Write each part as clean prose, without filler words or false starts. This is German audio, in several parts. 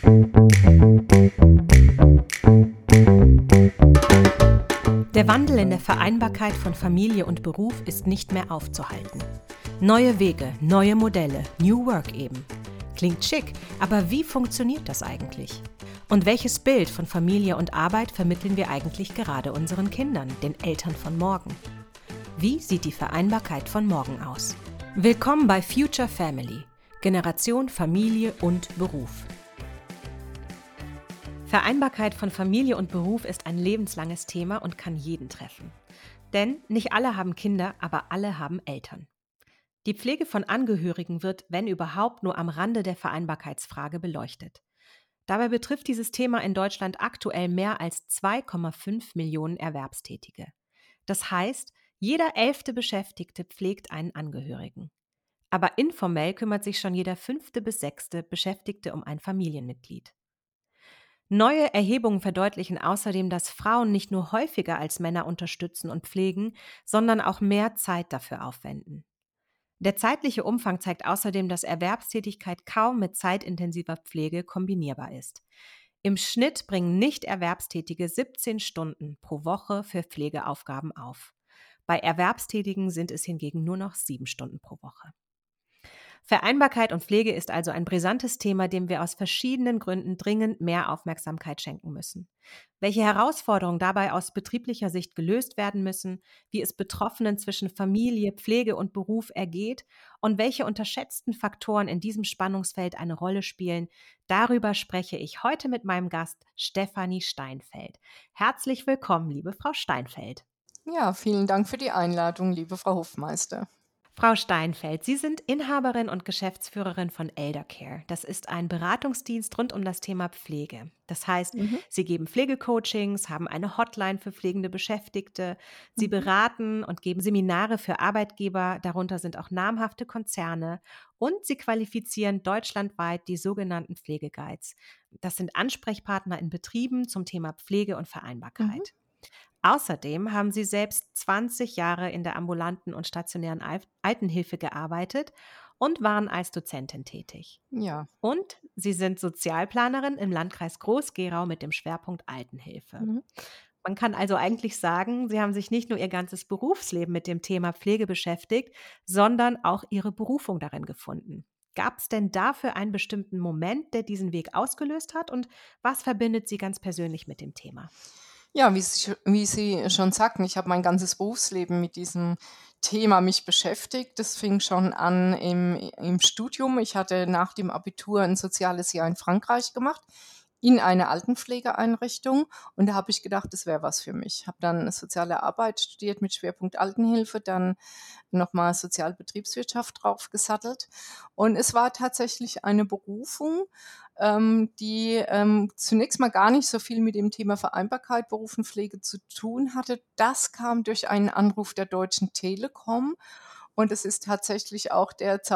Der Wandel in der Vereinbarkeit von Familie und Beruf ist nicht mehr aufzuhalten. Neue Wege, neue Modelle, New Work eben. Klingt schick, aber wie funktioniert das eigentlich? Und welches Bild von Familie und Arbeit vermitteln wir eigentlich gerade unseren Kindern, den Eltern von morgen? Wie sieht die Vereinbarkeit von morgen aus? Willkommen bei Future Family, Generation Familie und Beruf. Vereinbarkeit von Familie und Beruf ist ein lebenslanges Thema und kann jeden treffen. Denn nicht alle haben Kinder, aber alle haben Eltern. Die Pflege von Angehörigen wird, wenn überhaupt, nur am Rande der Vereinbarkeitsfrage beleuchtet. Dabei betrifft dieses Thema in Deutschland aktuell mehr als 2,5 Millionen Erwerbstätige. Das heißt, jeder 11. Beschäftigte pflegt einen Angehörigen. Aber informell kümmert sich schon jeder 5. bis 6. Beschäftigte um ein Familienmitglied. Neue Erhebungen verdeutlichen außerdem, dass Frauen nicht nur häufiger als Männer unterstützen und pflegen, sondern auch mehr Zeit dafür aufwenden. Der zeitliche Umfang zeigt außerdem, dass Erwerbstätigkeit kaum mit zeitintensiver Pflege kombinierbar ist. Im Schnitt bringen Nicht-Erwerbstätige 17 Stunden pro Woche für Pflegeaufgaben auf. Bei Erwerbstätigen sind es hingegen nur noch 7 Stunden pro Woche. Vereinbarkeit und Pflege ist also ein brisantes Thema, dem wir aus verschiedenen Gründen dringend mehr Aufmerksamkeit schenken müssen. Welche Herausforderungen dabei aus betrieblicher Sicht gelöst werden müssen, wie es Betroffenen zwischen Familie, Pflege und Beruf ergeht und welche unterschätzten Faktoren in diesem Spannungsfeld eine Rolle spielen, darüber spreche ich heute mit meinem Gast Stefanie Steinfeld. Herzlich willkommen, liebe Frau Steinfeld. Ja, vielen Dank für die Einladung, liebe Frau Hofmeister. Frau Steinfeld, Sie sind Inhaberin und Geschäftsführerin von Eldercare. Das ist ein Beratungsdienst rund um das Thema Pflege. Das heißt, Mhm. Sie geben Pflegecoachings, haben eine Hotline für pflegende Beschäftigte, Sie Mhm. beraten und geben Seminare für Arbeitgeber, darunter sind auch namhafte Konzerne, und Sie qualifizieren deutschlandweit die sogenannten Pflegeguides. Das sind Ansprechpartner in Betrieben zum Thema Pflege und Mhm. Vereinbarkeit. Außerdem haben sie selbst 20 Jahre in der ambulanten und stationären Altenhilfe gearbeitet und waren als Dozentin tätig. Ja. Und sie sind Sozialplanerin im Landkreis Groß-Gerau mit dem Schwerpunkt Altenhilfe. Mhm. Man kann also eigentlich sagen, sie haben sich nicht nur ihr ganzes Berufsleben mit dem Thema Pflege beschäftigt, sondern auch ihre Berufung darin gefunden. Gab es denn dafür einen bestimmten Moment, der diesen Weg ausgelöst hat? Und was verbindet Sie ganz persönlich mit dem Thema? Ja, wie Sie schon sagten, ich habe mein ganzes Berufsleben mit diesem Thema mich beschäftigt. Das fing schon an im Studium. Ich hatte nach dem Abitur ein soziales Jahr in Frankreich gemacht, in einer Altenpflegeeinrichtung. Und da habe ich gedacht, das wäre was für mich. Habe dann soziale Arbeit studiert mit Schwerpunkt Altenhilfe, dann nochmal Sozialbetriebswirtschaft draufgesattelt. Und es war tatsächlich eine Berufung, die zunächst mal gar nicht so viel mit dem Thema Vereinbarkeit, Beruf und Pflege zu tun hatte. Das kam durch einen Anruf der Deutschen Telekom. Und es ist tatsächlich auch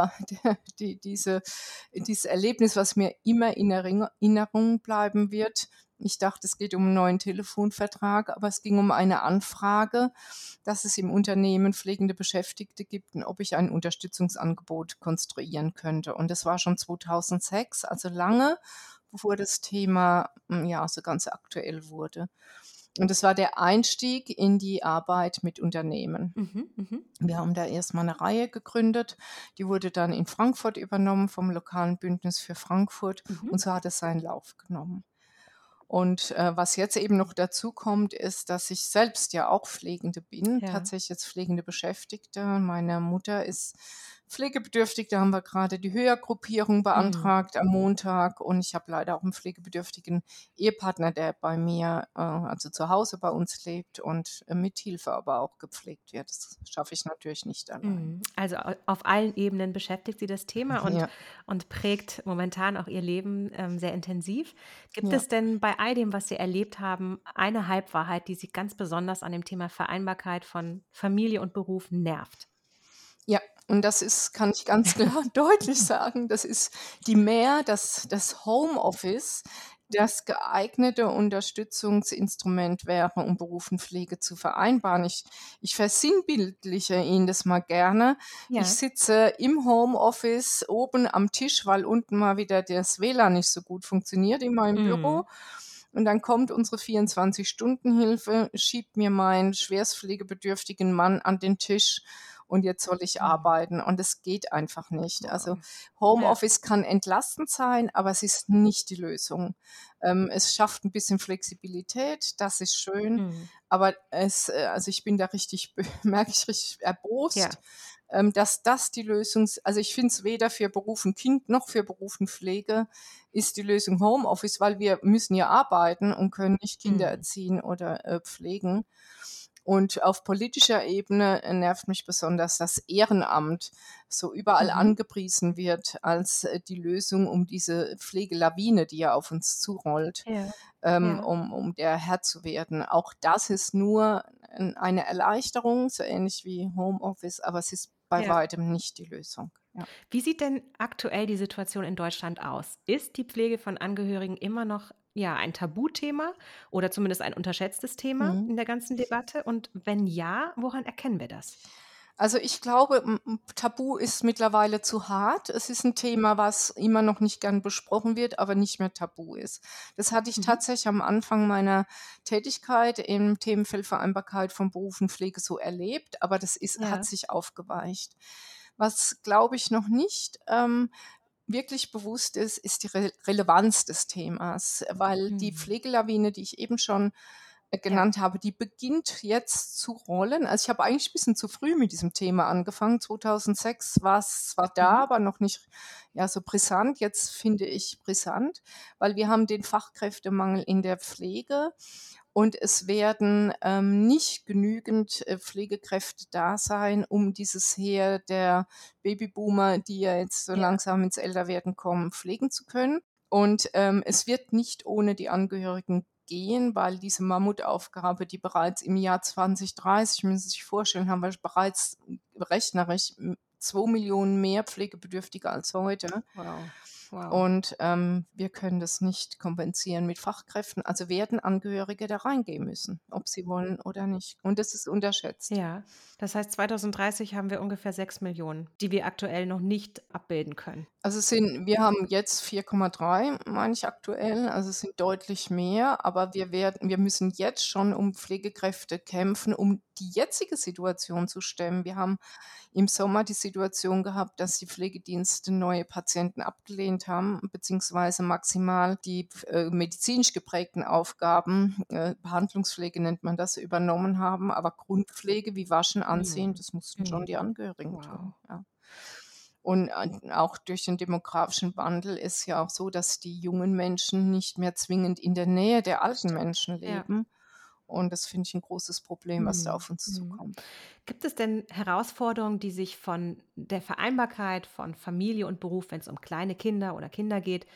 dieses Erlebnis, was mir immer in Erinnerung bleiben wird. Ich dachte, es geht um einen neuen Telefonvertrag, aber es ging um eine Anfrage, dass es im Unternehmen pflegende Beschäftigte gibt und ob ich ein Unterstützungsangebot konstruieren könnte. Und das war schon 2006, also lange bevor das Thema ja so ganz aktuell wurde. Und das war der Einstieg in die Arbeit mit Unternehmen. Mhm, mhm. Wir haben da erst mal 'ne Reihe gegründet, die wurde dann in Frankfurt übernommen vom lokalen Bündnis für Frankfurt Mhm. und so hat es seinen Lauf genommen. Und, was jetzt eben noch dazu kommt, ist, dass ich selbst ja auch Pflegende bin, Ja. tatsächlich jetzt pflegende Beschäftigte. Meine Mutter ist pflegebedürftig, da haben wir gerade die Höhergruppierung Mhm. beantragt am Montag und ich habe leider auch einen pflegebedürftigen Ehepartner, der bei mir, also zu Hause bei uns lebt und, mit Hilfe aber auch gepflegt wird. Das schaffe ich natürlich nicht allein. Mhm. Also auf allen Ebenen beschäftigt Sie das Thema und, Ja, und prägt momentan auch Ihr Leben sehr intensiv. Gibt ja. es denn bei all dem, was Sie erlebt haben, eine Halbwahrheit, die Sie ganz besonders an dem Thema Vereinbarkeit von Familie und Beruf nervt? Ja, und das ist, kann ich ganz klar und deutlich sagen, das ist das Homeoffice das geeignete Unterstützungsinstrument wäre, um Beruf und Pflege zu vereinbaren. Ich versinnbildliche Ihnen das mal gerne. Ich Ja. sitze im Homeoffice oben am Tisch, weil unten mal wieder das WLAN nicht so gut funktioniert in meinem Büro. Mhm. Und dann kommt unsere 24-Stunden-Hilfe, schiebt mir meinen schwerstpflegebedürftigen Mann an den Tisch und jetzt soll ich Mhm. arbeiten und es geht einfach nicht. Also, Wow. Ja. Homeoffice kann entlastend sein, aber es ist nicht die Lösung. Es schafft ein bisschen Flexibilität, das ist schön, Mhm. aber also, ich bin da richtig merke ich richtig Ja. erbost, dass das die Lösung also, ich finde es weder für Beruf und Kind noch für Beruf und Pflege ist die Lösung Homeoffice, weil wir müssen ja arbeiten und können nicht Kinder Mhm. erziehen oder, pflegen. Und auf politischer Ebene nervt mich besonders das Ehrenamt so überall Mhm. angepriesen wird als, die Lösung, um diese Pflegelawine, die ja auf uns zurollt, Ja. Ja. um der Herr zu werden. Auch das ist nur eine Erleichterung, so ähnlich wie Homeoffice, aber es ist bei Ja. weitem nicht die Lösung. Ja. Wie sieht denn aktuell die Situation in Deutschland aus? Ist die Pflege von Angehörigen immer noch, ja, ein Tabuthema oder zumindest ein unterschätztes Thema Mhm. in der ganzen Debatte? Und wenn ja, woran erkennen wir das? Also, ich glaube, Tabu ist mittlerweile zu hart. Es ist ein Thema, was immer noch nicht gern besprochen wird, aber nicht mehr tabu ist. Das hatte ich Mhm. tatsächlich am Anfang meiner Tätigkeit im Themenfeld Vereinbarkeit von Beruf und Pflege so erlebt, aber das hat Ja. sich aufgeweicht. Was, glaube ich, noch nicht, wirklich bewusst ist, ist die Relevanz des Themas, weil die Mhm. Pflegelawine, die ich eben schon, Ja. genannt habe, die beginnt jetzt zu rollen. Also, ich habe eigentlich ein bisschen zu früh mit diesem Thema angefangen. 2006 war's zwar da, Mhm. aber noch nicht, ja, so brisant. Jetzt finde ich brisant, weil wir haben den Fachkräftemangel in der Pflege und es werden, nicht genügend, Pflegekräfte da sein, um dieses Heer der Babyboomer, die ja jetzt so Ja. langsam ins Älterwerden kommen, pflegen zu können. Und, es wird nicht ohne die Angehörigen gehen, weil diese Mammutaufgabe, die bereits im Jahr 2030, müssen Sie sich vorstellen, haben wir bereits rechnerisch 2.000.000 mehr Pflegebedürftige als heute. Wow. Wow. Und, wir können das nicht kompensieren mit Fachkräften, also werden Angehörige da reingehen müssen, ob sie wollen oder nicht. Und das ist unterschätzt. Ja. Das heißt, 2030 haben wir ungefähr 6 Millionen, die wir aktuell noch nicht abbilden können. Also, wir haben jetzt 4,3, meine ich aktuell, also es sind deutlich mehr, aber wir müssen jetzt schon um Pflegekräfte kämpfen, um die jetzige Situation zu stemmen. Wir haben im Sommer die Situation gehabt, dass die Pflegedienste neue Patienten abgelehnt haben, beziehungsweise maximal die medizinisch geprägten Aufgaben, Behandlungspflege nennt man das, übernommen haben, aber Grundpflege wie Waschen, Anziehen, Mhm. das mussten schon die Mhm. Angehörigen tun, Wow. ja. Und auch durch den demografischen Wandel ist ja auch so, dass die jungen Menschen nicht mehr zwingend in der Nähe der Das alten stimmt. Menschen Ja. leben. Und das finde ich 'n großes Problem, was da Mhm. auf uns Mhm. zukommt. Gibt es denn Herausforderungen, die sich von der Vereinbarkeit von Familie und Beruf, wenn es um kleine Kinder oder Kinder geht,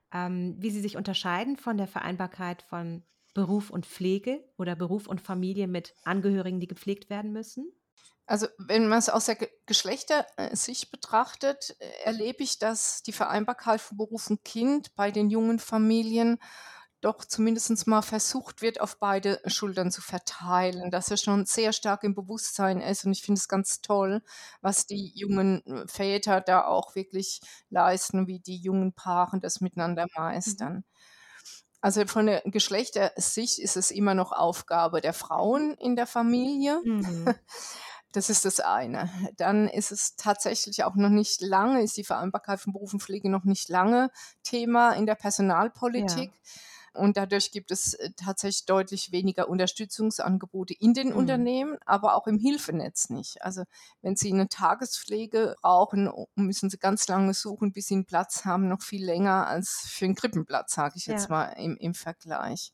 wie sie sich unterscheiden von der Vereinbarkeit von Beruf und Pflege oder Beruf und Familie mit Angehörigen, die gepflegt werden müssen? Also, wenn man's aus der Geschlechter Sicht betrachtet, erlebe ich, dass die Vereinbarkeit von Beruf und Kind bei den jungen Familien doch zumindest mal versucht wird, auf beide Schultern zu verteilen, dass er schon sehr stark im Bewusstsein ist. Und ich finde es ganz toll, was die jungen, Väter da auch wirklich leisten, wie die jungen Paare das miteinander Mhm. meistern. Also, von der Geschlechtersicht ist es immer noch Aufgabe der Mhm. Frauen in der Familie. Mhm. Das ist das eine. Dann ist es tatsächlich auch noch nicht lange ist die Vereinbarkeit von Beruf und Pflege noch nicht lange Thema in der Ja. Personalpolitik. Und dadurch gibt es, tatsächlich deutlich weniger Unterstützungsangebote in den Mhm. Unternehmen, aber auch im Hilfenetz nicht. Also, wenn Sie 'ne Tagespflege brauchen, müssen Sie ganz lange suchen, bis Sie 'n Platz haben, noch viel länger als für 'n Krippenplatz, sage ich jetzt Ja. mal im Vergleich.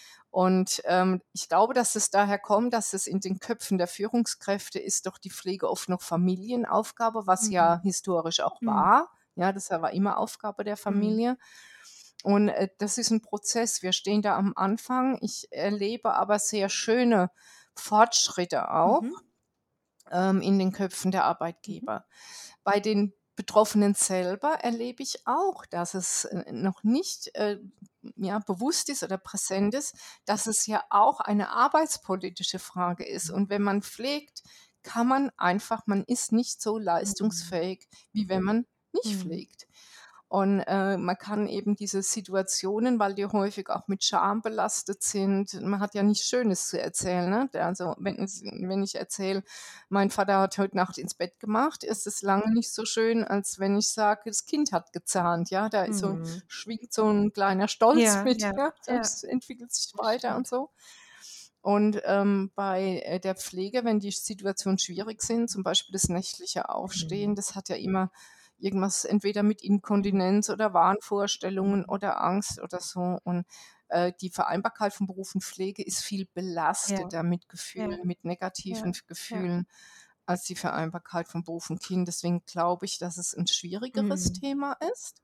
Und, ich glaube, dass es daher kommt, dass es in den Köpfen der Führungskräfte ist doch die Pflege oft noch Familienaufgabe, was ja Mhm. historisch auch Mhm. war. Ja, das war immer Aufgabe der Mhm. Familie. Und, das ist 'n Prozess. Wir stehen da am Anfang. Ich erlebe aber sehr schöne Fortschritte auch, Mhm. in den Köpfen der Mhm. Arbeitgeber. Bei den Betroffenen selber erlebe ich auch, dass es, noch nicht, ja, bewusst ist oder präsent ist, dass es ja auch eine arbeitspolitische Frage ist. Und wenn man pflegt, kann man einfach man ist nicht so Mhm. leistungsfähig, wie wenn man nicht Mhm. pflegt. Und, man kann eben diese Situationen, weil die häufig auch mit Scham belastet sind, man hat ja nichts Schönes zu erzählen, ne? Also, wenn ich erzähle, mein Vater hat heute Nacht ins Bett gemacht, ist es lange nicht so schön, als wenn ich sage, das Kind hat gezahnt, ja? Da ist so Mhm. schwingt so 'n kleiner Stolz Ja, mit, ja, ja? ja, Das entwickelt sich das weiter und stimmt. so. Und, bei, der Pflege, wenn die Situationen schwierig sind, zum Beispiel das nächtliche Aufstehen, Mhm. das hat ja immer irgendwas entweder mit Mhm. Inkontinenz oder Wahnvorstellungen Mhm. oder Angst oder so. Und, die Vereinbarkeit von Beruf und Pflege ist viel Ja, belasteter mit ja, Gefühlen, mit ja, negativen ja. Gefühlen als die Vereinbarkeit von Beruf und Kind. Deswegen glaube ich, dass es ein schwierigeres Mhm. Thema ist.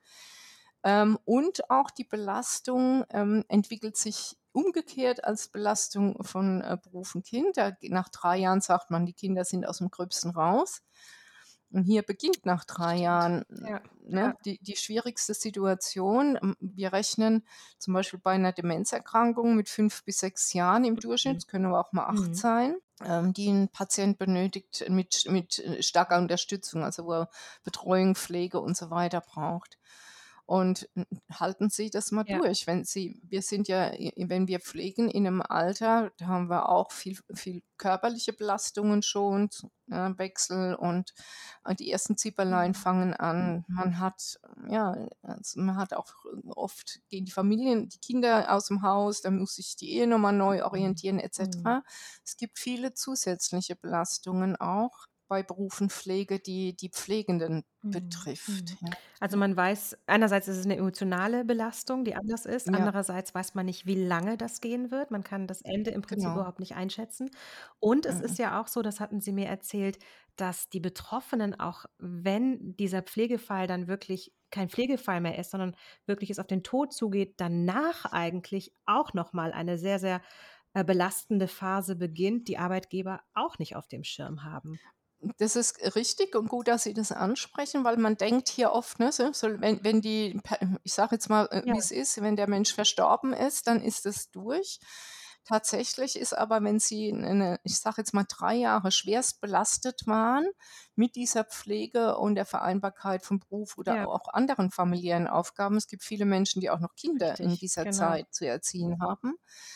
Und auch die Belastung, entwickelt sich umgekehrt als Belastung von, Beruf und Kind. Nach 3 Jahren sagt man, die Kinder sind aus dem Gröbsten raus. Und hier beginnt nach Das 3 stimmt. Jahren, Ja, ne, ja. die schwierigste Situation. Wir rechnen zum Beispiel bei einer Demenzerkrankung mit 5 bis 6 Jahren im Durchschnitt, Mhm. es können aber auch mal 8 Mhm. sein, die ein Patient benötigt mit starker Unterstützung, also wo er Betreuung, Pflege und so weiter braucht. Und halten Sie das mal Ja. durch. Wenn Sie wir sind ja, wenn wir pflegen in einem Alter, da haben wir auch viel körperliche Belastungen schon, Wechsel und, die ersten Zipperlein Mhm. fangen an. Man hat ja, also, man hat auch oft gehen die Kinder aus dem Haus, dann muss sich die Ehe noch mal neu Mhm. orientieren et Mhm. cetera. Es gibt viele zusätzliche Belastungen auch bei Beruf und Pflege, die die Pflegenden Mhm. betrifft, Mhm. ja. Also, man weiß einerseits ist es 'ne emotionale Belastung, die anders ist. Ja, Andererseits weiß man nicht, wie lange das gehen wird. Man kann das Ende im Prinzip genau. überhaupt nicht einschätzen. Und es ist Mhm. ja auch so, das hatten Sie mir erzählt, dass die Betroffenen auch, wenn dieser Pflegefall dann wirklich kein Pflegefall mehr ist, sondern wirklich es auf den Tod zugeht, danach eigentlich auch noch mal eine sehr, sehr, belastende Phase beginnt, die Arbeitgeber auch nicht auf dem Schirm haben. Das ist richtig und gut, dass Sie das ansprechen, weil man denkt hier oft, ne, so wenn die Pe ich sage jetzt mal, Ja, wie es ist, wenn der Mensch verstorben ist, dann ist es durch. Tatsächlich ist aber, wenn Sie 'ne ich sage jetzt mal 3 Jahre schwerst belastet waren mit dieser Pflege und der Vereinbarkeit von Beruf oder ja, auch anderen familiären Aufgaben. Es gibt viele Menschen, die auch noch Kinder in richtig, dieser genau. Zeit zu erziehen haben.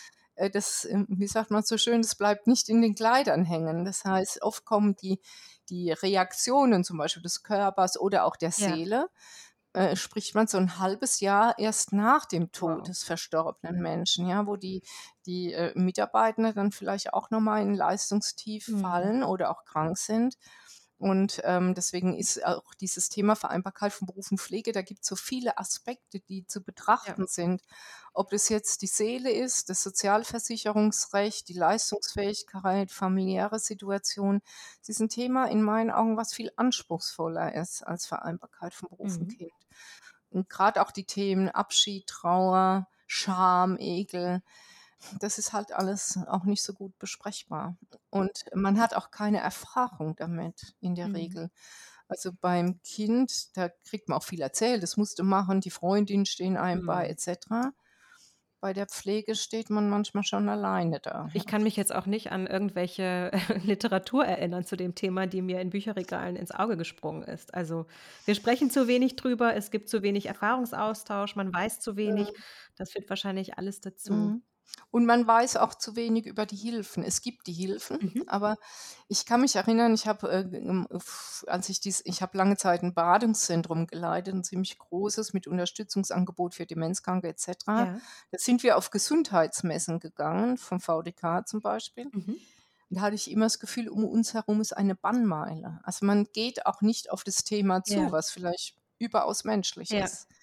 Wie sagt man so schön, das bleibt nicht in den Kleidern hängen. Das heißt, oft kommen die Reaktionen zum Beispiel des Körpers oder auch der Ja, Seele, spricht man so ein halbes Jahr erst nach dem Tod wow. des verstorbenen Menschen, ja, wo die Mitarbeitenden dann vielleicht auch noch mal in Leistungstief Mhm. fallen oder auch krank sind. Und, deswegen ist auch dieses Thema Vereinbarkeit von Beruf und Pflege, da gibt's so viele Aspekte, die zu Ja. betrachten sind. Ob das jetzt die Seele ist, das Sozialversicherungsrecht, die Leistungsfähigkeit, familiäre Situation. Es ist 'n Thema in meinen Augen, was viel anspruchsvoller ist als Vereinbarkeit von Beruf und Mhm. Kind. Und grad auch die Themen Abschied, Trauer, Scham, Ekel, das ist halt alles auch nicht so gut besprechbar. Und man hat auch keine Erfahrung damit in der Mhm. Regel. Also, beim Kind, da kriegt man auch viel erzählt: „Das musst du machen, die Freundinnen stehen einem bei“ Mhm. et cetera. Bei der Pflege steht man manchmal schon alleine da, ja. Ich kann mich jetzt auch nicht an irgendwelche Literatur erinnern zu dem Thema, die mir in Bücherregalen ins Auge gesprungen ist. Also, wir sprechen zu wenig drüber, es gibt zu wenig Erfahrungsaustausch, man weiß zu wenig. Mhm. Das führt wahrscheinlich alles dazu. Mhm. Und man weiß auch zu wenig über die Hilfen. Es gibt die Hilfen, Mhm. aber ich kann mich erinnern, ich habe, als ich habe lange Zeit 'n Beratungszentrum geleitet, 'n ziemlich großes mit Unterstützungsangebot für Demenzkranke et cetera. Ja. Da sind wir auf Gesundheitsmessen gegangen, vom VDK zum Beispiel. Mhm. Und da hatte ich immer das Gefühl, um uns herum ist eine Bannmeile. Also, man geht auch nicht auf das Thema zu, Ja. was vielleicht überaus menschlich Ja. ist.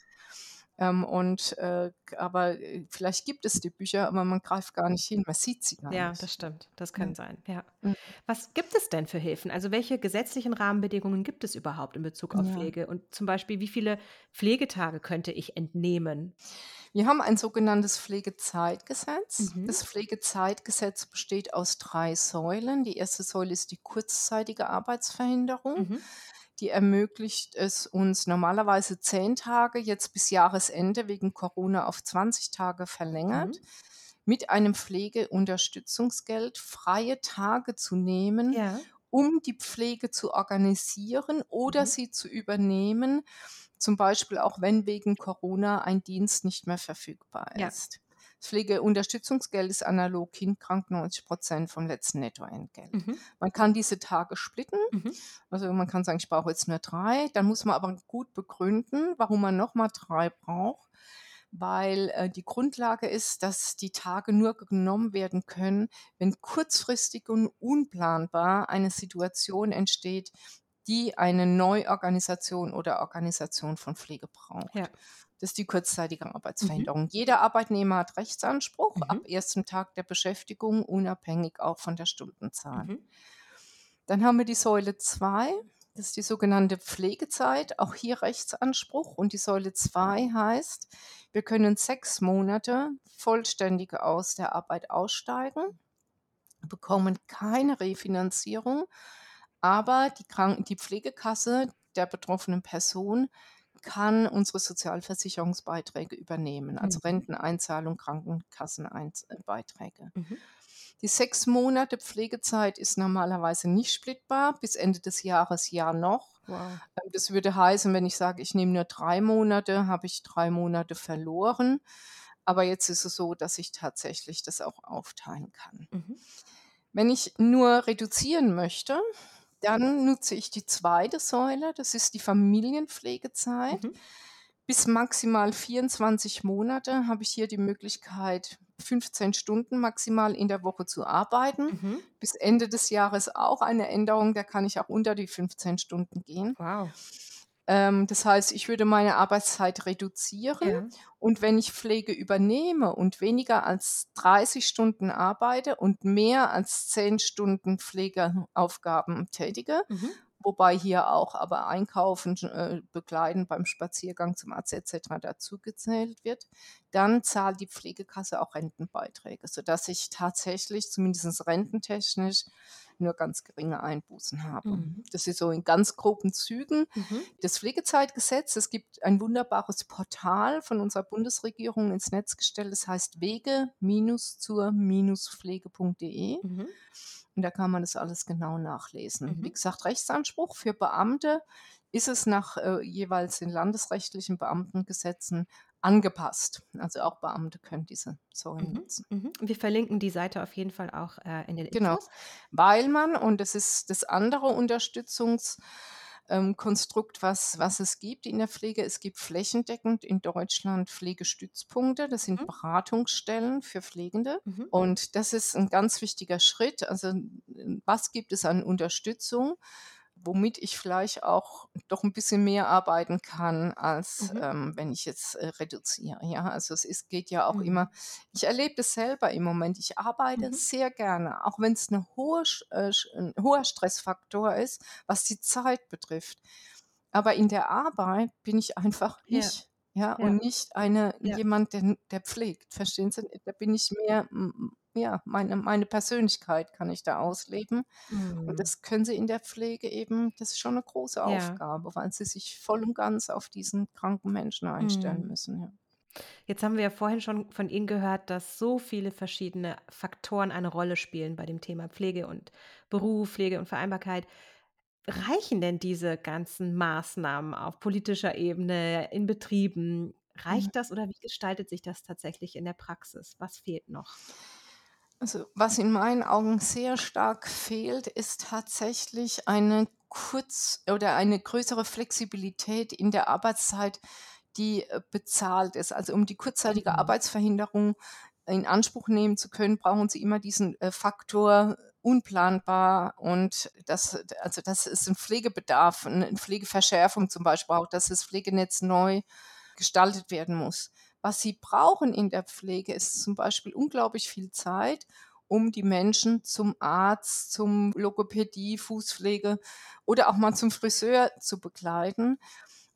Aber vielleicht gibt es die Bücher, aber man greift gar nicht hin, man sieht sie gar Ja, nicht. das stimmt. Das Ja, kann sein, ja. mhm, Was gibt es denn für Hilfen? Also, welche gesetzlichen Rahmenbedingungen gibt es überhaupt in Bezug auf ja. Pflege? Und zum Beispiel, wie viele Pflegetage könnte ich entnehmen? Wir haben ein sogenanntes Pflegezeitgesetz. Mhm. Das Pflegezeitgesetz besteht aus 3 Säulen. Die erste Säule ist die kurzzeitige Arbeitsverhinderung. Mhm. Die ermöglicht es uns normalerweise 10 Tage, jetzt bis Jahresende wegen Corona auf 20 Tage Mhm. verlängert, mit einem Pflegeunterstützungsgeld freie Tage zu nehmen, Ja. um die Pflege zu organisieren oder Mhm. sie zu übernehmen, zum Beispiel auch wenn wegen Corona ein Dienst nicht mehr verfügbar Ja. ist. Das Pflegeunterstützungsgeld ist analog Kindkrank 90% vom letzten Nettoentgelt. Mhm. Man kann diese Tage splitten, Mhm. also man kann sagen, ich brauche jetzt nur 3, dann muss man aber gut begründen, warum man noch mal 3 braucht, weil, die Grundlage ist, dass die Tage nur genommen werden können, wenn kurzfristig und unplanbar eine Situation entsteht, die eine Neuorganisation oder Organisation von Pflege braucht. Ja. Das ist die kurzzeitige Mhm. Arbeitsverhinderung. Jeder Arbeitnehmer hat Rechtsanspruch Mhm. ab ersten Tag der Beschäftigung, unabhängig auch von der Stundenzahl. Mhm. Dann haben wir die Säule 2, das ist die sogenannte Pflegezeit, auch hier Rechtsanspruch. Und die Säule 2 heißt, wir können 6 Monate vollständig aus der Arbeit aussteigen, bekommen keine Refinanzierung, aber die Pflegekasse der betroffenen Person kann unsere Sozialversicherungsbeiträge übernehmen, also Mhm. Renteneinzahlung, Krankenkassenbeiträge. Mhm. Die 6 Monate Pflegezeit ist normalerweise nicht splittbar, bis Ende des Jahres ja noch. Wow. Das würde heißen, wenn ich sage, ich nehme nur 3 Monate, habe ich 3 Monate verloren. Aber jetzt ist es so, dass ich tatsächlich das auch aufteilen kann. Mhm. Wenn ich nur reduzieren möchte, dann nutze ich die zweite Säule, das ist die Familienpflegezeit. Mhm. Bis maximal 24 Monate habe ich hier die Möglichkeit, 15 Stunden maximal in der Woche zu arbeiten. Mhm. Bis Ende des Jahres auch eine Änderung, da kann ich auch unter die 15 Stunden gehen. Wow. Das heißt, ich würde meine Arbeitszeit reduzieren Ja. und wenn ich Pflege übernehme und weniger als 30 Stunden arbeite und mehr als 10 Stunden Pflegeaufgaben tätige, Mhm. wobei hier auch aber Einkaufen, Begleiten beim Spaziergang zum Arzt et cetera dazugezählt wird, dann zahlt die Pflegekasse auch Rentenbeiträge, sodass ich tatsächlich zumindest rententechnisch nur ganz geringe Einbußen habe. Mhm. Das ist so in ganz groben Zügen Mhm. das Pflegezeitgesetz. Es gibt ein wunderbares Portal von unserer Bundesregierung ins Netz gestellt, das heißt wege-zur-pflege.de Mhm. und da kann man das alles genau nachlesen. Mhm. Wie gesagt, Rechtsanspruch für Beamte ist es nach, jeweils den landesrechtlichen Beamtengesetzen angepasst. Also auch Beamte können diese Säulen Mhm. nutzen. Mhm. Wir verlinken die Seite auf jeden Fall auch, in den Genau, Infos. weil man und das ist das andere Unterstützungs Konstrukt, was es gibt in der Pflege. Es gibt flächendeckend in Deutschland Pflegestützpunkte. Das sind Mhm. Beratungsstellen für Pflegende. Mhm. Und das ist ein ganz wichtiger Schritt. Also, was gibt es an Unterstützung, womit ich vielleicht auch doch ein bisschen mehr arbeiten kann, als, Mhm. wenn ich jetzt, reduziere, ja? Also, geht ja auch Mhm. immer ich erlebe das selber im Moment. Ich arbeite Mhm. sehr gerne, auch wenn es 'n hoher Stressfaktor ist, was die Zeit betrifft. Aber in der Arbeit bin ich einfach Ja, ich, ja, ja, und nicht ja. jemand, der pflegt. Verstehen Sie? Da bin ich mehr ja, meine Persönlichkeit kann ich da ausleben. Und Mhm. das können Sie in der Pflege eben das ist schon 'ne große Ja. Aufgabe, weil Sie sich voll und ganz auf diesen kranken Menschen einstellen Mhm. müssen, ja. Jetzt haben wir ja vorhin schon von Ihnen gehört, dass so viele verschiedene Faktoren eine Rolle spielen bei dem Thema Pflege und Beruf, Pflege und Vereinbarkeit. Reichen denn diese ganzen Maßnahmen auf politischer Ebene, in Betrieben? Mhm. Reicht das oder wie gestaltet sich das tatsächlich in der Praxis? Was fehlt noch? Also, was in meinen Augen sehr stark fehlt, ist tatsächlich eine größere Flexibilität in der Arbeitszeit, die, bezahlt ist. Also, um die kurzzeitige Mhm. Arbeitsverhinderung in Anspruch nehmen zu können, brauchen Sie immer diesen, Faktor unplanbar und das ist ein Pflegebedarf, 'ne Pflegeverschärfung zum Beispiel auch, dass das Pflegenetz neu gestaltet werden muss. Was sie brauchen in der Pflege, ist zum Beispiel unglaublich viel Zeit, um die Menschen zum Arzt, zum Logopädie, Fußpflege oder auch mal zum Friseur zu begleiten. Und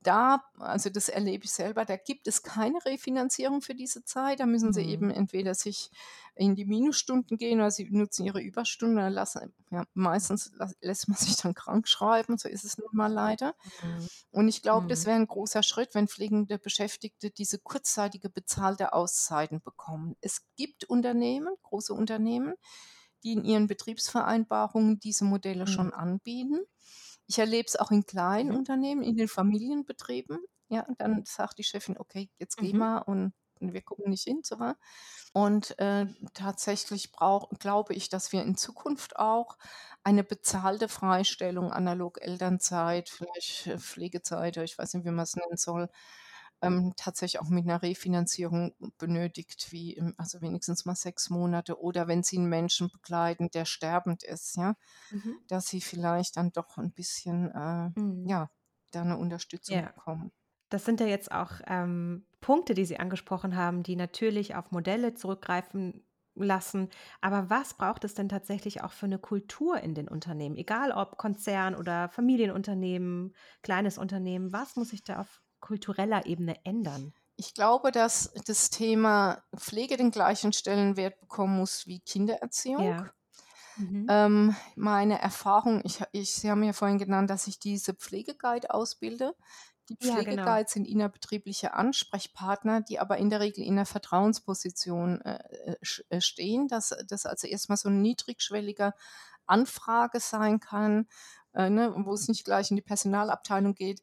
also das erlebe ich selber, da gibt es keine Refinanzierung für diese Zeit. Da müssen sie Mhm. eben entweder sich in die Minusstunden gehen oder sie nutzen ihre Überstunden, dann meistens lässt man sich dann krank schreiben, so ist es nun mal leider. Mhm. Und ich glaube, das Mhm. wäre ein großer Schritt, wenn pflegende Beschäftigte diese kurzzeitige bezahlte Auszeiten bekommen. Es gibt Unternehmen, große Unternehmen, die in ihren Betriebsvereinbarungen diese Modelle Mhm. schon anbieten. Ich erlebe es auch in kleinen Mhm. Unternehmen, in den Familienbetrieben. Ja, und dann sagt die Chefin: „Okay, jetzt geh Mhm. mal und wir gucken nicht hin“, so wa? Und, tatsächlich glaube ich, dass wir in Zukunft auch eine bezahlte Freistellung, analog Elternzeit, vielleicht, Pflegezeit, oder ich weiß nicht, wie man es nennen soll, tatsächlich auch mit einer Refinanzierung benötigt, wie also wenigstens mal 6 Monate, oder wenn Sie einen Menschen begleiten, der sterbend ist, ja, Mhm. dass Sie vielleicht dann doch ein bisschen, Mhm. ja, da 'ne Unterstützung Ja. bekommen. Das sind ja jetzt auch, Punkte, die Sie angesprochen haben, die natürlich auf Modelle zurückgreifen lassen. Aber was braucht es denn tatsächlich auch für eine Kultur in den Unternehmen? Egal ob Konzern oder Familienunternehmen, kleines Unternehmen, was muss sich da auf kultureller Ebene ändern? Ich glaube, dass das Thema Pflege den gleichen Stellenwert bekommen muss wie Kindererziehung. Ja. Mhm. Meine Erfahrung, Sie haben ja vorhin genannt, dass ich diese Pflegeguide ausbilde. Die Ja, genau. Pflegeguides sind innerbetriebliche Ansprechpartner, die aber in der Regel in der Vertrauensposition, stehen, dass das also erstmal so 'n niedrigschwelliger Anfrage sein kann, ne, wo es nicht gleich in die Personalabteilung geht.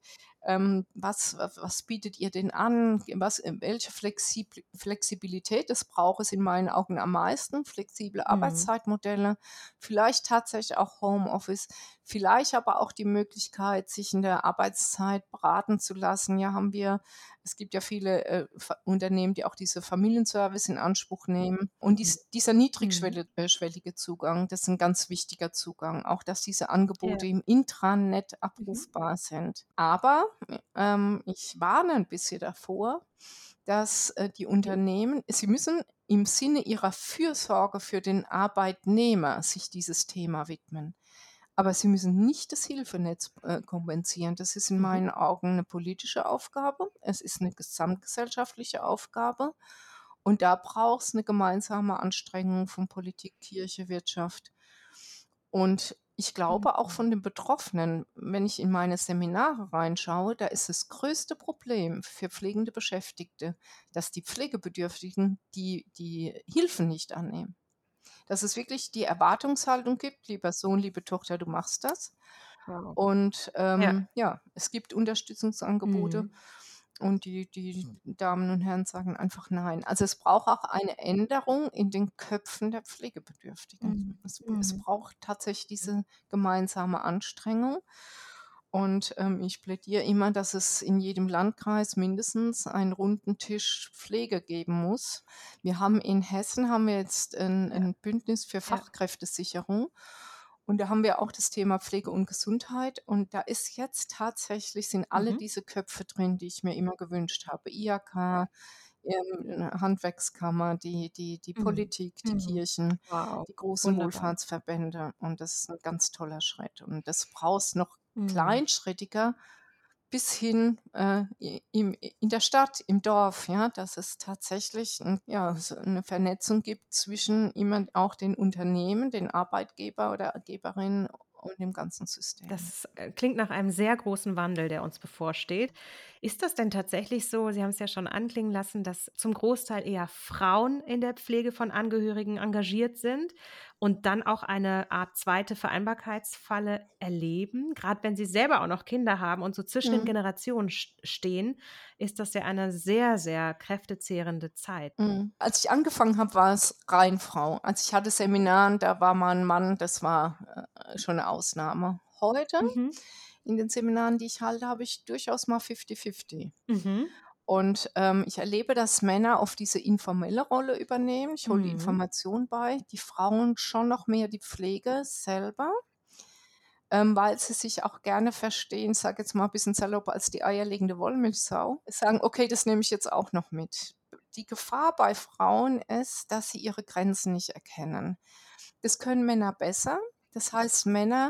Was bietet ihr denn an? Welche Flexibilität, das braucht es in meinen Augen am meisten, flexible Mhm. Arbeitszeitmodelle, vielleicht tatsächlich auch Homeoffice, vielleicht aber auch die Möglichkeit, sich in der Arbeitszeit beraten zu lassen. Es gibt ja viele, Unternehmen, die auch diese Familienservice in Anspruch nehmen. Und Mhm. dieser Mhm. schwellige Zugang, das ist ein ganz wichtiger Zugang, auch dass diese Ja. Angebote im Intranet Mhm. abrufbar sind. Aber, ich warne ein bisschen davor, dass, die Mhm. Unternehmen, sie müssen im Sinne ihrer Fürsorge für den Arbeitnehmer sich dieses Thema widmen. Aber sie müssen nicht das Hilfenetz, kompensieren. Das ist in Mhm. meinen Augen eine politische Aufgabe. Es ist eine gesamtgesellschaftliche Aufgabe, und da braucht es eine gemeinsame Anstrengung von Politik, Kirche, Wirtschaft. Und ich glaube auch Mhm. von den Betroffenen, wenn ich in meine Seminare reinschaue, da ist das größte Problem für pflegende Beschäftigte, dass die Pflegebedürftigen die Hilfen nicht annehmen. Dass es wirklich die Erwartungshaltung gibt: „Lieber Sohn, liebe Tochter, du machst das.“ Wow. Und, Ja. ja, es gibt Unterstützungsangebote, Mhm. und die Damen und Herren sagen einfach nein. Also, es braucht auch eine Änderung in den Köpfen der Pflegebedürftigen. Mhm. Es Mhm. braucht tatsächlich diese gemeinsame Anstrengung. Und, ich plädiere immer, dass es in jedem Landkreis mindestens einen runden Tisch Pflege geben muss. In Hessen haben wir jetzt Ja. 'n Bündnis für Ja. Fachkräftesicherung, und da haben wir auch das Thema Pflege und Gesundheit, und da ist jetzt tatsächlich sind alle Mhm. diese Köpfe drin, die ich mir immer gewünscht habe. IHK, Handwerkskammer, die Mhm. Politik, die Mhm. Kirchen, Wow, die großen wunderbar. Wohlfahrtsverbände, und das ist 'n ganz toller Schritt. Und das braucht's noch Mhm. kleinschrittiger bis hin, in der Stadt, im Dorf, ja, dass es tatsächlich so 'ne Vernetzung gibt zwischen immer auch den Unternehmen, den Arbeitgeber oder Geberin und dem ganzen System. Das, klingt nach einem sehr großen Wandel, der uns bevorsteht. Ist das denn tatsächlich so, Sie haben es ja schon anklingen lassen, dass zum Großteil eher Frauen in der Pflege von Angehörigen engagiert sind und dann auch eine Art zweite Vereinbarkeitsfalle erleben? Gerade wenn sie selber auch noch Kinder haben und so zwischen den Mhm. Generationen stehen, ist das ja eine sehr, sehr kräftezehrende Zeit. Mhm. Als ich angefangen habe, war es rein Frau. Als ich hatte Seminaren, da war mal 'n Mann, das war, schon 'ne Ausnahme. Heute, Mhm. in den Seminaren, die ich halte, habe ich durchaus mal 50-50. Mhm. Und, ich erlebe, dass Männer oft diese informelle Rolle übernehmen. Ich hole die Mhm. Information bei, die Frauen schon noch mehr die Pflege selber, weil sie sich auch gerne verstehen, sage jetzt mal ein bisschen salopp, als die eierlegende Wollmilchsau. Sagen: „Okay, das nehme ich jetzt auch noch mit.“ Die Gefahr bei Frauen ist, dass sie ihre Grenzen nicht erkennen. Das können Männer besser. Das heißt, Männer,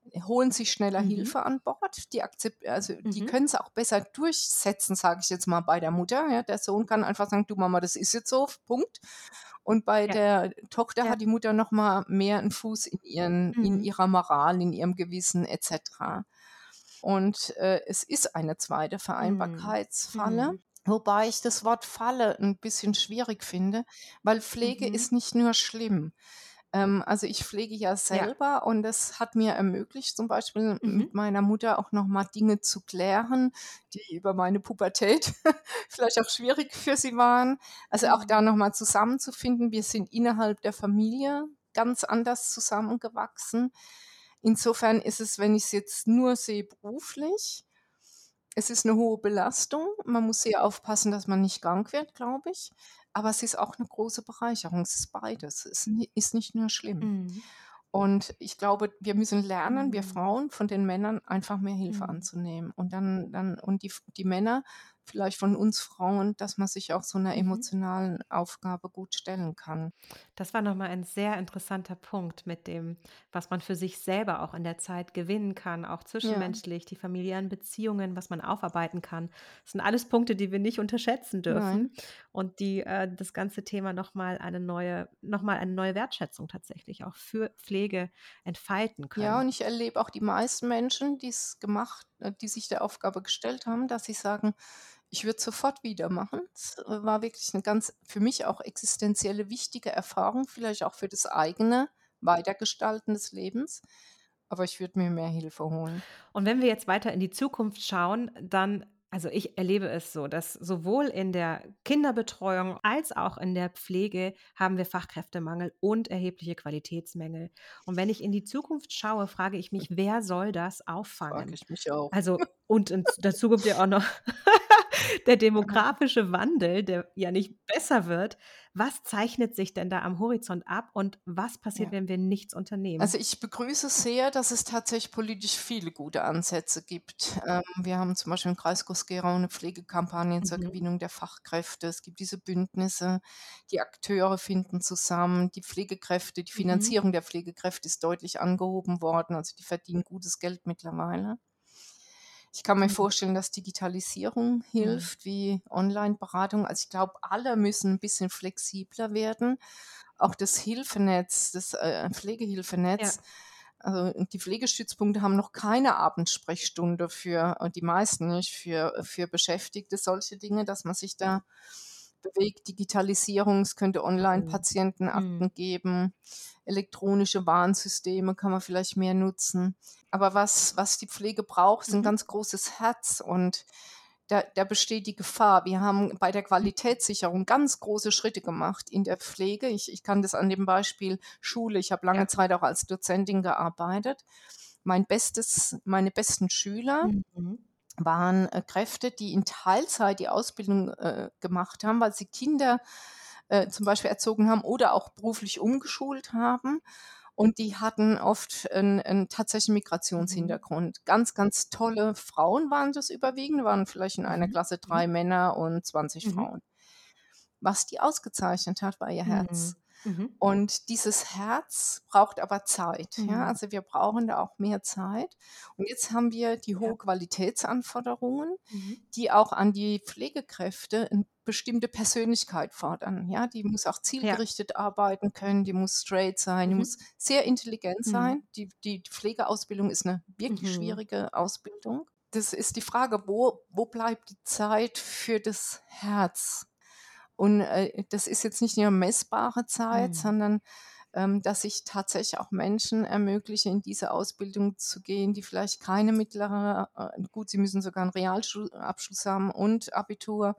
holen sich schneller Mhm. Hilfe an Bord. Die Mhm. können es auch besser durchsetzen, sage ich jetzt mal, bei der Mutter. Ja, der Sohn kann einfach sagen: „Du Mama, das ist jetzt so, Punkt.“ Und bei Ja, der Tochter ja. hat die Mutter noch mal mehr 'n Fuß in Mhm. ihrer Moral, in ihrem Gewissen et cetera. Und, es ist eine zweite Mhm. Vereinbarkeitsfalle, Mhm. wobei ich das Wort Falle 'n bisschen schwierig finde, weil Pflege Mhm. ist nicht nur schlimm. Also, ich pflege ja Ja. selber und das hat mir ermöglicht, zum Beispiel Mhm. mit meiner Mutter auch noch mal Dinge zu klären, die über meine Pubertät vielleicht auch schwierig für sie waren. Also, auch da Mhm. noch mal zusammenzufinden. Wir sind innerhalb der Familie ganz anders zusammengewachsen. Insofern ist es, wenn ich's jetzt nur sehe beruflich, es ist 'ne hohe Belastung. Man muss sehr aufpassen, dass man nicht krank wird, glaube ich. Aber es ist auch 'ne große Bereicherung. Es ist beides. Es ist nicht nur schlimm. Mhm. Und ich glaube, wir müssen lernen, wir Mhm. Frauen, von den Männern einfach mehr Hilfe Mhm. anzunehmen. Und dann und die Männer vielleicht von uns Frauen, dass man sich auch so 'ner Mhm. emotionalen Aufgabe gut stellen kann. Das war noch mal ein sehr interessanter Punkt mit dem, was man für sich selber auch in der Zeit gewinnen kann, auch Ja, zwischenmenschlich, die familiären Beziehungen, was man aufarbeiten kann. Das sind alles Punkte, die wir nicht unterschätzen nein. dürfen und die, das ganze Thema noch mal eine neue Wertschätzung tatsächlich auch für Pflege entfalten Ja, können. und ich erlebe auch die meisten Menschen, die sich der Aufgabe gestellt haben, dass sie sagen: „Ich würde es sofort wieder machen.“ Es war wirklich eine ganz für mich auch existenzielle wichtige Erfahrung, vielleicht auch für das eigene Weitergestalten des Lebens, aber ich würde mir mehr Hilfe holen. Und wenn wir jetzt weiter in die Zukunft schauen, dann also, ich erlebe es so, dass sowohl in der Kinderbetreuung als auch in der Pflege haben wir Fachkräftemangel und erhebliche Qualitätsmängel. Und wenn ich in die Zukunft schaue, frage ich mich: „Wer soll das Frage auffangen?“ ich mich auch. Also, und dazu kommt ja auch noch der Ja. demografische Wandel, der ja nicht besser wird. Was zeichnet sich denn da am Horizont ab und was passiert, Ja. wenn wir nichts Also, unternehmen? ich begrüße sehr, dass es tatsächlich politisch viele gute Ansätze gibt. Wir haben zum Beispiel im Kreis Groß-Gerau 'ne Pflegekampagne zur Mhm, Gewinnung der Fachkräfte. Es gibt diese Bündnisse, die Akteure finden zusammen, die mhm, Finanzierung der Pflegekräfte ist deutlich angehoben worden, also, die verdienen gutes Geld mittlerweile. Ich kann mir mhm, vorstellen, dass Digitalisierung mhm. hilft, wie Onlineberatung. Also, ich glaube, alle müssen 'n bisschen flexibler werden. Auch das Hilfenetz, das, Ja. Pflegehilfenetz, also, und die Pflegestützpunkte haben noch keine Abendsprechstunde für die meisten nicht, für Beschäftigte, solche Dinge, dass man sich da bewegt. Digitalisierung, es könnte Mhm. Online-Patientenakten Mhm. geben, elektronische Warnsysteme kann man vielleicht mehr nutzen. Aber was die Pflege braucht, ist 'n Mhm. ganz großes Herz und da besteht die Gefahr. Wir haben bei der Mhm. Qualitätssicherung ganz große Schritte gemacht in der Pflege. Ich kann das an dem Beispiel Schule, ich habe lange Ja. Zeit auch als Dozentin gearbeitet. Meine besten Schüler Mhm. waren, Kräfte, die in Teilzeit die Ausbildung, gemacht haben, weil sie Kinder, zum Beispiel erzogen haben oder auch beruflich umgeschult haben. Und die hatten oft 'n tatsächlichen Mhm. Migrationshintergrund. Ganz, ganz tolle Frauen waren das überwiegend, waren vielleicht in einer Mhm. Klasse 3 Mhm. Männer und 20 Mhm. Frauen. Was die ausgezeichnet hat, war ihr Mhm. Herz. Mhm. Und dieses Herz braucht aber Zeit, ja? Mhm. Also, wir brauchen da auch mehr Zeit. Und jetzt haben wir die Ja. hohe Qualitätsanforderungen, Mhm. die auch an die Pflegekräfte 'n bestimmte Persönlichkeit fordern, ja? Die muss auch Ja. zielgerichtet arbeiten können, die muss straight sein, die Mhm. muss sehr intelligent Mhm. sein. Die Pflegeausbildung ist 'ne wirklich Mhm. schwierige Ausbildung. Das ist die Frage, wo bleibt die Zeit für das Herz? Und, das ist jetzt nicht nur messbare Zeit, Mhm. sondern, dass ich tatsächlich auch Menschen ermögliche, in diese Ausbildung zu gehen, die vielleicht keine mittlere gut, sie müssen sogar 'n Realschulabschluss haben und Abitur,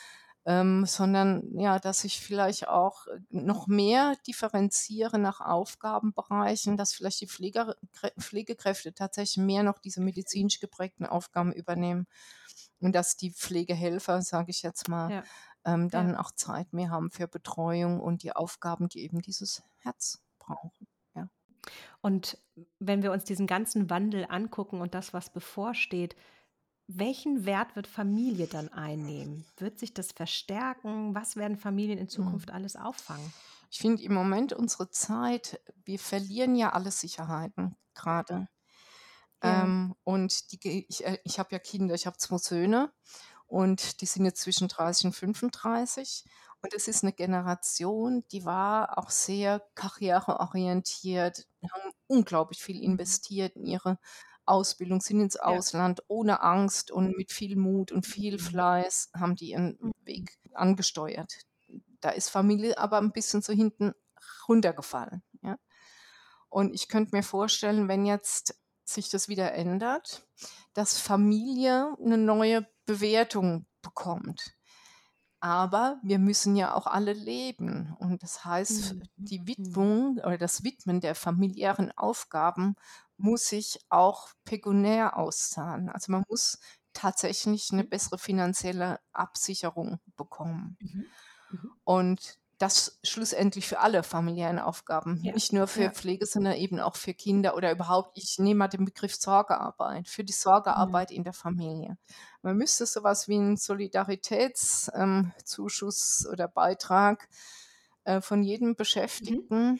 sondern ja, dass ich vielleicht auch, noch mehr differenziere nach Aufgabenbereichen, dass vielleicht die Pflegekräfte tatsächlich mehr noch diese medizinisch geprägten Aufgaben übernehmen und dass die Pflegehelfer, sage ich jetzt mal, Ja. Ja. dann auch Zeit mehr haben für Betreuung und die Aufgaben, die eben dieses Herz brauchen, ja. Und wenn wir uns diesen ganzen Wandel angucken und das, was bevorsteht, welchen Wert wird Familie dann einnehmen? Wird sich das verstärken? Was werden Familien in Zukunft Mhm. alles auffangen? Ich finde im Moment unsere Zeit wir verlieren ja alle Sicherheiten grade. Ja. Und ich habe ja Kinder, ich habe 2 Söhne und die sind jetzt zwischen 30 und 35. Und es ist eine Generation, die war auch sehr karriereorientiert, haben unglaublich viel Mhm. investiert in ihre Ausbildung, sind ins Ja. Ausland ohne Angst und mit viel Mut und viel Mhm. Fleiß haben die ihren Mhm. Weg angesteuert. Da ist Familie aber ein bisschen so hinten runtergefallen, ja? Und ich könnte mir vorstellen, wenn jetzt sich das wieder ändert, dass Familie eine neue Bewertung bekommt. Aber wir müssen ja auch alle leben und das heißt, Mhm. die Mhm. Widmung oder das Widmen der familiären Aufgaben muss sich auch pekuniär auszahlen. Also, man muss tatsächlich eine Mhm. bessere finanzielle Absicherung bekommen. Mhm. Mhm. Und das schlussendlich für alle familiären Aufgaben, Ja, nicht nur für ja. Pflege, sondern eben auch für Kinder oder überhaupt ich nehme mal den Begriff Sorgearbeit, für die Mhm. Sorgearbeit in der Familie. Man müsste so was wie 'n Solidaritäts Zuschuss oder Beitrag, von jedem Mhm. Beschäftigten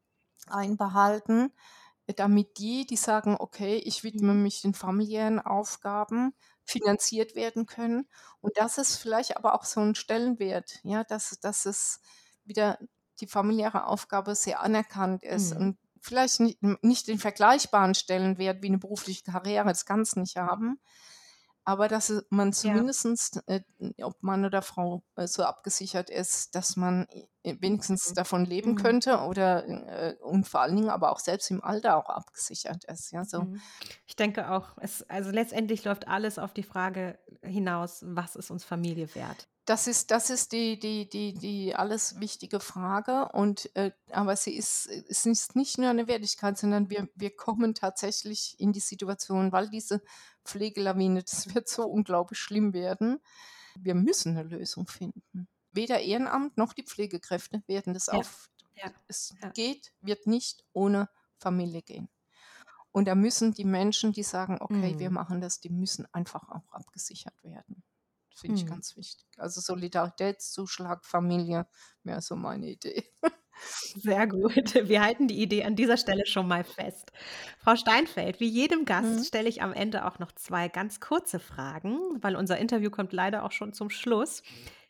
einbehalten, damit die sagen: „Okay, ich widme Mhm. mich den familiären Aufgaben“, finanziert werden können. Und das ist vielleicht aber auch so 'n Stellenwert, ja, dass es wieder die familiäre Aufgabe sehr anerkannt ist Mhm. und vielleicht nicht den vergleichbaren Stellenwert wie 'ne berufliche Karriere, das kann's nicht haben, aber dass man Ja. zumindestens, ob Mann oder Frau, so abgesichert ist, dass man wenigstens Mhm. davon leben Mhm. könnte oder, und vor allen Dingen aber auch selbst im Alter auch abgesichert ist, ja, so. Mhm. Ich denke auch, also letztendlich läuft alles auf die Frage hinaus: Was ist uns Familie wert? Das ist die alles wichtige Frage und, aber es ist nicht nur eine Wertigkeit, sondern wir kommen tatsächlich in die Situation, weil diese Pflegelawine das wird so unglaublich schlimm werden. Wir müssen 'ne Lösung finden. Weder Ehrenamt noch die Pflegekräfte werden das Ja, auf ja, es ja. wird nicht ohne Familie gehen. Und da müssen die Menschen, die sagen: „Okay, wir Mhm. machen das“, die müssen einfach auch abgesichert werden. Finde ich Mhm. ganz wichtig. Also, Solidaritätszuschlag, Familie wäre so meine Idee. Sehr gut. Wir halten die Idee an dieser Stelle schon mal fest. Frau Steinfeld, wie jedem Gast Mhm. stelle ich am Ende auch noch 2 ganz kurze Fragen, weil unser Interview kommt leider auch schon zum Schluss.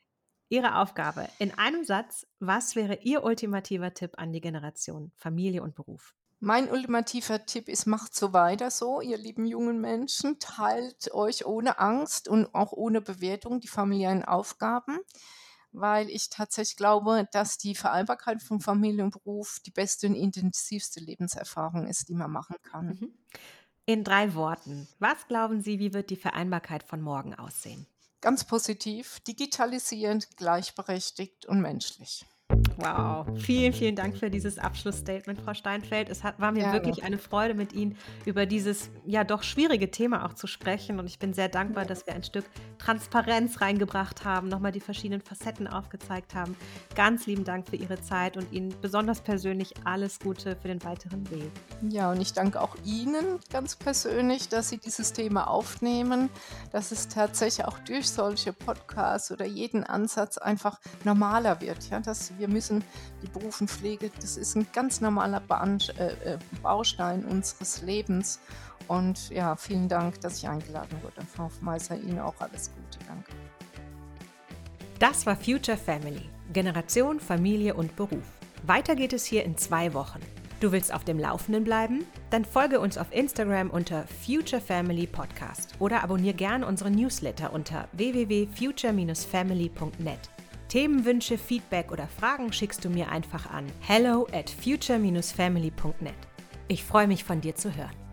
Ihre Aufgabe in einem Satz: Was wäre Ihr ultimativer Tipp an die Generation Familie und Beruf? Mein ultimativer Tipp ist: Macht so weiter so, ihr lieben jungen Menschen. Teilt euch ohne Angst und auch ohne Bewertung die familiären Aufgaben, weil ich tatsächlich glaube, dass die Vereinbarkeit von Familie und Beruf die beste und intensivste Lebenserfahrung ist, die man machen kann. Mhm. In 3 Worten. Was glauben Sie, wie wird die Vereinbarkeit von morgen aussehen? Ganz positiv, digitalisierend, gleichberechtigt und menschlich. Wow, vielen, vielen Dank für dieses Abschlussstatement, Frau Steinfeld. War mir Gerne. wirklich eine Freude, mit Ihnen über dieses ja doch schwierige Thema auch zu sprechen. Und ich bin sehr dankbar, Ja. dass wir ein Stück Transparenz reingebracht haben, nochmal die verschiedenen Facetten aufgezeigt haben. Ganz lieben Dank für Ihre Zeit und Ihnen besonders persönlich alles Gute für den weiteren Weg. Ja, und ich danke auch Ihnen ganz persönlich, dass Sie dieses Thema aufnehmen, dass es tatsächlich auch durch solche Podcasts oder jeden Ansatz einfach normaler wird. Ja, dass wir müssen die Beruf und Pflege, das ist ein ganz normaler Baustein unseres Lebens. Und ja, vielen Dank, dass ich eingeladen wurde. Frau Meiser, Ihnen auch alles Gute. Danke. Das war Future Family, Generation, Familie und Beruf. Weiter geht es hier in 2 Wochen. Du willst auf dem Laufenden bleiben? Dann folge uns auf Instagram unter Future Family Podcast oder abonniere gern unseren Newsletter unter www.future-family.net. Themenwünsche, Feedback oder Fragen schickst du mir einfach an hello@future-family.net. Ich freue mich, von dir zu hören.